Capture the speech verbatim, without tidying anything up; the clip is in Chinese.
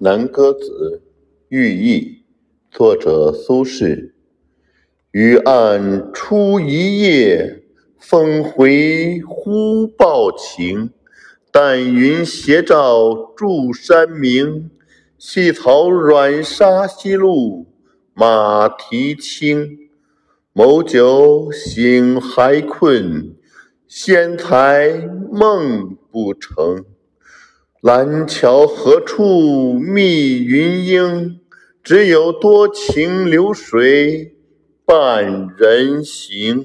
南歌子，寓意，作者苏轼。渔岸初一夜，风回忽报晴。淡云斜照诸山明，细草软沙稀路，马蹄轻。谋酒醒还困，仙才梦不成。蓝桥何处觅云英？只有多情流水伴人行。